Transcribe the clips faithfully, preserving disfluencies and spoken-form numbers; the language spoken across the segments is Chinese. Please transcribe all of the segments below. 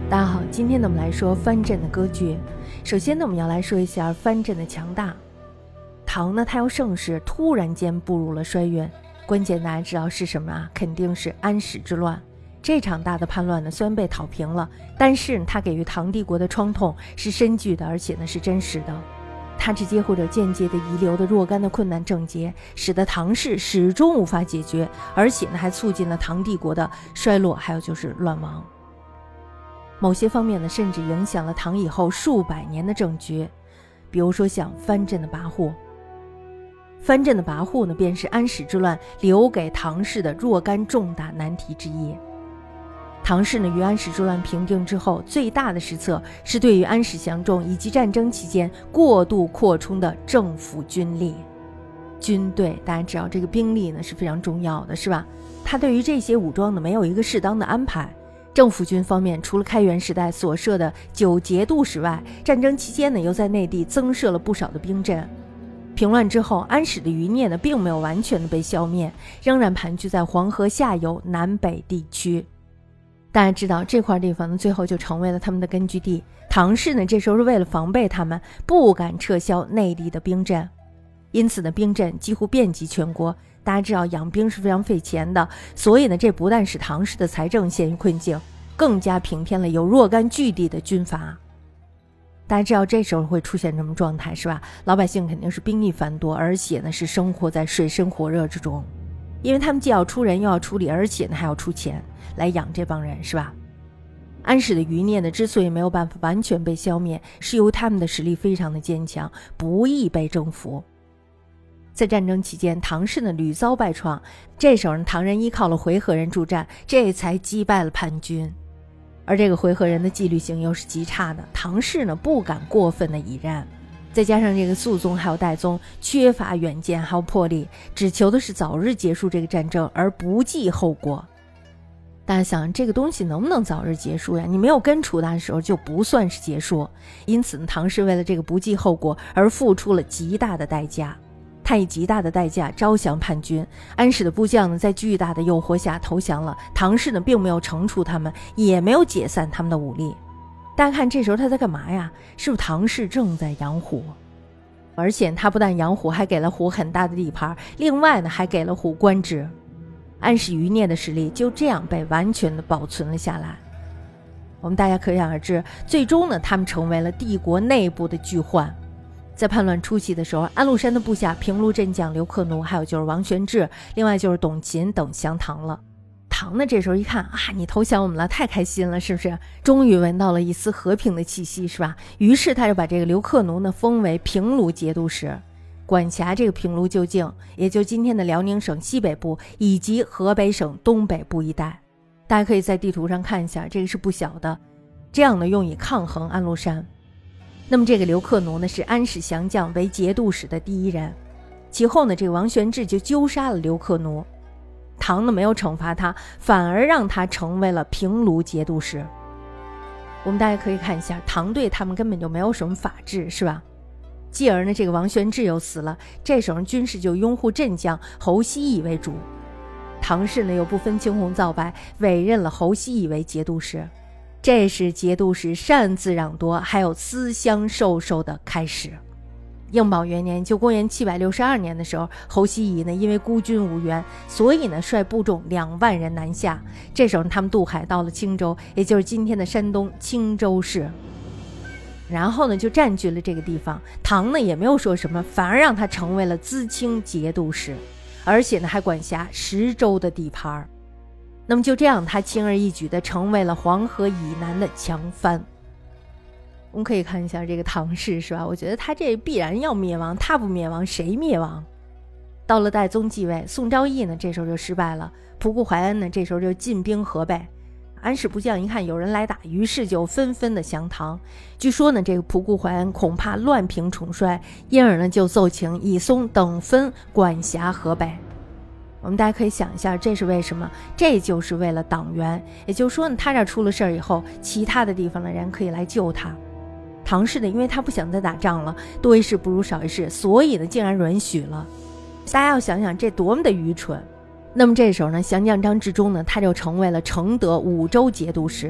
大家好，今天呢我们来说藩镇的割据。首先呢我们要来说一下藩镇的强大。唐呢它由盛世突然间步入了衰运，关键大家知道是什么啊？肯定是安史之乱。这场大的叛乱呢虽然被讨平了，但是它给予唐帝国的创痛是深具的，而且呢是真实的。它直接或者间接的遗留的若干的困难症结，使得唐氏始终无法解决，而且呢还促进了唐帝国的衰落，还有就是乱亡。某些方面呢甚至影响了唐以后数百年的政局，比如说像藩镇的跋扈。藩镇的跋扈呢便是安史之乱留给唐氏的若干重大难题之一。唐氏呢于安史之乱平定之后，最大的失策是对于安史降众以及战争期间过度扩充的政府军力。军队大家知道这个兵力呢是非常重要的，是吧？他对于这些武装呢没有一个适当的安排。政府军方面，除了开元时代所设的九节度使外，战争期间呢又在内地增设了不少的兵镇。平乱之后，安史的余孽呢并没有完全的被消灭，仍然盘踞在黄河下游南北地区。大家知道这块地方呢最后就成为了他们的根据地。唐氏呢这时候是为了防备他们，不敢撤销内地的兵镇，因此呢兵镇几乎遍及全国。大家知道养兵是非常费钱的，所以呢这不但使唐氏的财政陷于困境，更加平添了有若干巨地的军阀。大家知道这时候会出现什么状态是吧？老百姓肯定是兵力繁多，而且呢是生活在水深火热之中，因为他们既要出人又要出力，而且呢还要出钱来养这帮人，是吧？安史的余孽呢之所以没有办法完全被消灭，是由于他们的实力非常的坚强，不易被征服。在战争期间，唐氏呢屡遭败创，这时候呢唐人依靠了回纥人助战，这才击败了叛军。而这个回纥人的纪律性又是极差的，唐氏呢不敢过分的以然，再加上这个肃宗还有代宗缺乏远见还有魄力，只求的是早日结束这个战争而不计后果。大家想这个东西能不能早日结束呀？你没有根除它的时候就不算是结束。因此呢唐氏为了这个不计后果而付出了极大的代价，他以极大的代价招降叛军。安史的部将呢在巨大的诱惑下投降了，唐氏呢并没有惩处他们，也没有解散他们的武力。大家看这时候他在干嘛呀？是不是唐氏正在养虎？而且他不但养虎，还给了虎很大的地盘，另外呢还给了虎官职。安史余孽的实力就这样被完全的保存了下来。我们大家可想而知，最终呢他们成为了帝国内部的巨患。在叛乱初期的时候，安禄山的部下平卢镇将刘克奴，还有就是王玄志，另外就是董勤等降唐了。唐呢这时候一看啊，你投降我们了，太开心了，是不是？终于闻到了一丝和平的气息，是吧？于是他就把这个刘克奴呢封为平卢节度使，管辖这个平卢旧境，也就今天的辽宁省西北部以及河北省东北部一带。大家可以在地图上看一下，这个是不小的，这样呢用以抗衡安禄山。那么这个刘克奴呢是安史降将为节度使的第一人，其后呢这个王玄志就纠杀了刘克奴，唐呢没有惩罚他，反而让他成为了平卢节度使。我们大家可以看一下，唐对他们根本就没有什么法治，是吧？继而呢这个王玄志又死了，这时候军事就拥护镇将侯希义为主，唐氏呢又不分青红皂白，委任了侯希义为节度使。这是节度使擅自攘夺还有私相授受的开始。应宝元年，就公元七百六十二年的时候，侯希义呢因为孤军无援，所以呢率部众两万人南下。这时候他们渡海到了青州，也就是今天的山东青州市，然后呢就占据了这个地方。唐呢也没有说什么，反而让他成为了淄青节度使，而且呢还管辖十州的地盘。那么就这样，他轻而易举地成为了黄河以南的强藩。我们可以看一下这个唐氏，是吧？我觉得他这必然要灭亡，他不灭亡谁灭亡？到了代宗继位，宋昭义呢这时候就失败了，仆固怀恩呢这时候就进兵河北。安史部将一看有人来打，于是就纷纷的降唐。据说呢这个仆固怀恩恐怕乱平宠衰，因而呢就奏请以松等分管辖河北。我们大家可以想一下，这是为什么？这就是为了党员，也就是说呢他这出了事儿以后，其他的地方的人可以来救他。唐氏呢因为他不想再打仗了，多一事不如少一事，所以呢竟然允许了。大家要想想这多么的愚蠢。那么这时候呢降将张治中呢他就成为了承德五州节度使，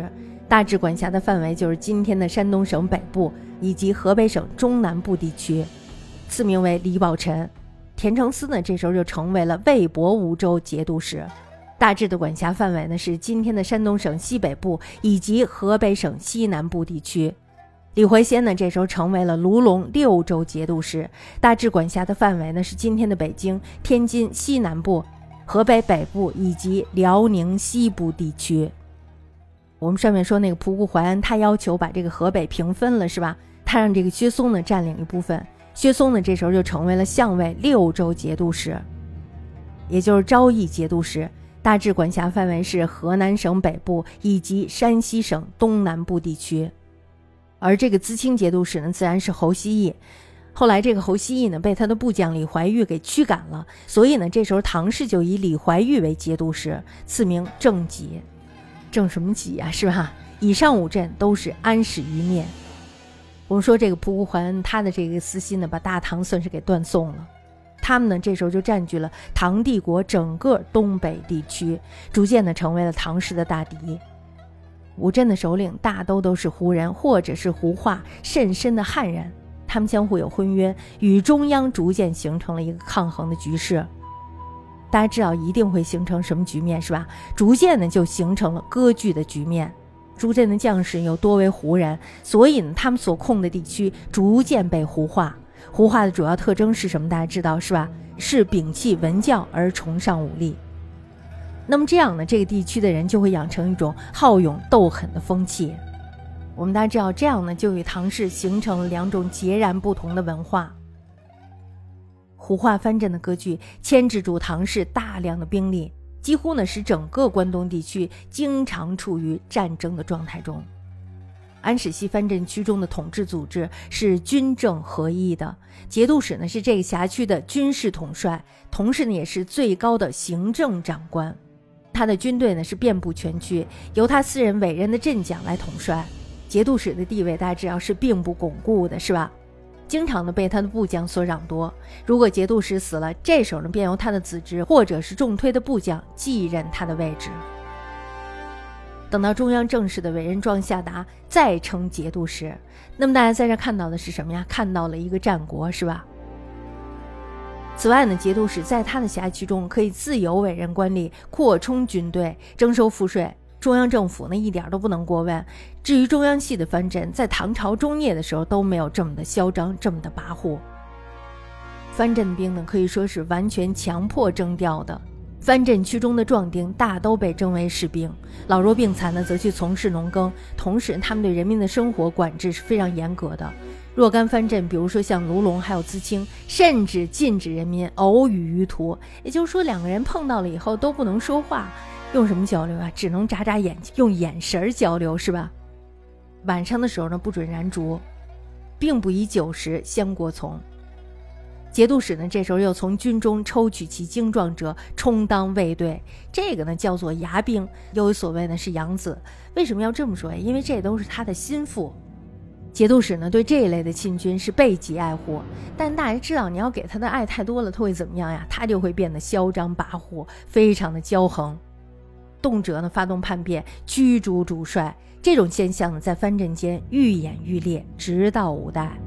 大致管辖的范围就是今天的山东省北部以及河北省中南部地区。赐名为李宝臣。田承嗣呢，这时候就成为了魏博吴州节度使，大致的管辖范围呢是今天的山东省西北部以及河北省西南部地区。李怀仙呢，这时候成为了卢龙六州节度使，大致管辖的范围呢是今天的北京、天津西南部、河北北部以及辽宁西部地区。我们上面说那个仆固怀恩，他要求把这个河北平分了，是吧？他让这个薛嵩呢占领一部分。薛嵩呢，这时候就成为了相位六州节度使，也就是昭义节度使，大致管辖范围是河南省北部以及山西省东南部地区。而这个淄青节度使呢，自然是侯希义。后来这个侯希义呢，被他的部将李怀玉给驱赶了，所以呢，这时候唐氏就以李怀玉为节度使，赐名郑节。郑什么节啊，是吧？以上五镇都是安史余孽。我们说这个仆固怀恩，他的这个私心呢，把大唐算是给断送了。他们呢，这时候就占据了唐帝国整个东北地区，逐渐的成为了唐氏的大敌。五镇的首领大都都是胡人或者是胡化甚深的汉人，他们相互有婚约，与中央逐渐形成了一个抗衡的局势。大家知道一定会形成什么局面，是吧？逐渐的就形成了割据的局面。诸镇的将士又多为胡人，所以呢，他们所控的地区逐渐被胡化。胡化的主要特征是什么？大家知道是吧？是摒弃文教而崇尚武力。那么这样呢，这个地区的人就会养成一种好勇斗狠的风气。我们大家知道，这样呢，就与唐氏形成了两种截然不同的文化。胡化藩镇的割据牵制住唐氏大量的兵力，几乎呢使整个关东地区经常处于战争的状态中。安史系藩镇区中的统治组织是军政合一的，节度使呢是这个辖区的军事统帅，同时呢也是最高的行政长官。他的军队呢是遍布全区，由他私人委任的镇将来统帅。节度使的地位大家知道是并不巩固的，是吧？经常的被他的部将所掌夺。如果节度使死了，这时候呢便由他的子侄或者是重推的部将继任他的位置。等到中央正式的委任状下达，再称节度使。那么大家在这看到的是什么呀？看到了一个战国，是吧？此外呢，节度使在他的辖区中可以自由委任官吏，扩充军队，征收赋税，中央政府呢一点都不能过问。至于中央系的藩镇，在唐朝中叶的时候都没有这么的嚣张，这么的跋扈。藩镇兵呢可以说是完全强迫征调的。藩镇区中的壮丁大都被征为士兵，老弱病残呢则去从事农耕，同时他们对人民的生活管制是非常严格的。若干藩镇，比如说像卢龙还有淄青，甚至禁止人民偶语于途，也就是说两个人碰到了以后都不能说话，用什么交流啊？只能眨眨眼睛，用眼神交流，是吧？晚上的时候呢不准燃烛，并不以酒食相过从。节度使呢这时候又从军中抽取其精壮者充当卫队，这个呢叫做牙兵，又有所谓呢是养子。为什么要这么说呀？因为这都是他的心腹。节度使呢对这一类的亲军是备极爱护，但大家知道你要给他的爱太多了，他会怎么样呀？他就会变得嚣张跋扈，非常的骄横，动辄呢发动叛变，驱逐主帅。这种现象呢在藩镇间愈演愈烈，直到五代。